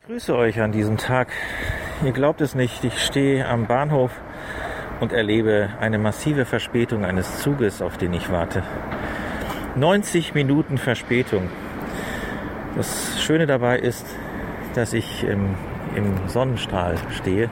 Grüße euch an diesem Tag. Ihr glaubt es nicht, ich stehe am Bahnhof und erlebe eine massive Verspätung eines Zuges, auf den ich warte. 90 Minuten Verspätung. Das Schöne dabei ist, dass ich im Sonnenstrahl stehe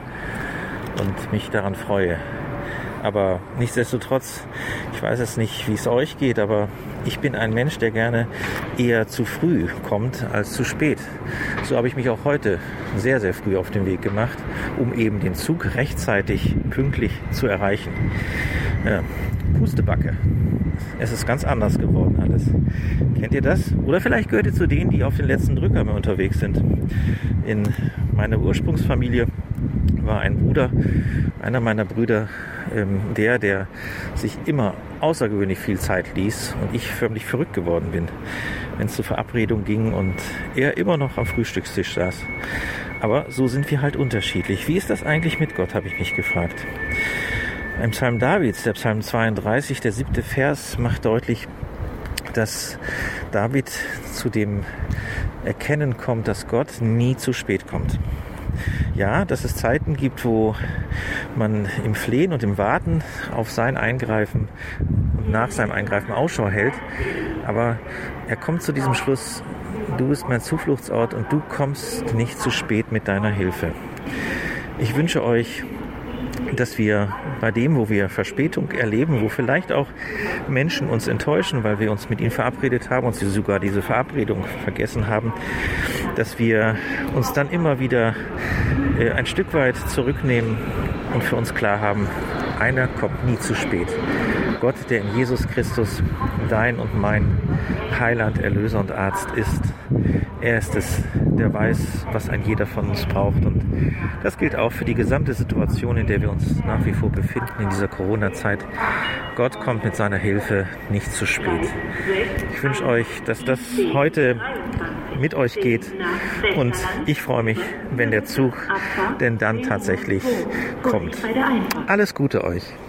und mich daran freue. Aber nichtsdestotrotz, ich weiß es nicht, wie es euch geht, aber ich bin ein Mensch, der gerne eher zu früh kommt als zu spät. So habe ich mich auch heute sehr, sehr früh auf den Weg gemacht, um eben den Zug rechtzeitig pünktlich zu erreichen. Ja, Pustebacke. Es ist ganz anders geworden alles. Kennt ihr das? Oder vielleicht gehört ihr zu denen, die auf den letzten Drücker mehr unterwegs sind. In meiner Ursprungsfamilie war ein Bruder, einer meiner Brüder, der sich immer außergewöhnlich viel Zeit ließ und ich förmlich verrückt geworden bin, wenn es zur Verabredung ging und er immer noch am Frühstückstisch saß. Aber so sind wir halt unterschiedlich. Wie ist das eigentlich mit Gott, habe ich mich gefragt. Im Psalm Davids, der Psalm 32, der 7. Vers, macht deutlich, dass David zu dem Erkennen kommt, dass Gott nie zu spät kommt. Ja, dass es Zeiten gibt, wo man im Flehen und im Warten auf sein Eingreifen und nach seinem Eingreifen Ausschau hält. Aber er kommt zu diesem Schluss, du bist mein Zufluchtsort und du kommst nicht zu spät mit deiner Hilfe. Ich wünsche euch, dass wir bei dem, wo wir Verspätung erleben, wo vielleicht auch Menschen uns enttäuschen, weil wir uns mit ihnen verabredet haben und sie sogar diese Verabredung vergessen haben, dass wir uns dann immer wieder ein Stück weit zurücknehmen und für uns klar haben, einer kommt nie zu spät. Gott, der in Jesus Christus dein und mein Heiland, Erlöser und Arzt ist. Er ist es, der weiß, was ein jeder von uns braucht. Und das gilt auch für die gesamte Situation, in der wir uns nach wie vor befinden in dieser Corona-Zeit. Gott kommt mit seiner Hilfe nicht zu spät. Ich wünsche euch, dass das heute mit euch geht und ich freue mich, wenn der Zug denn dann tatsächlich kommt. Alles Gute euch.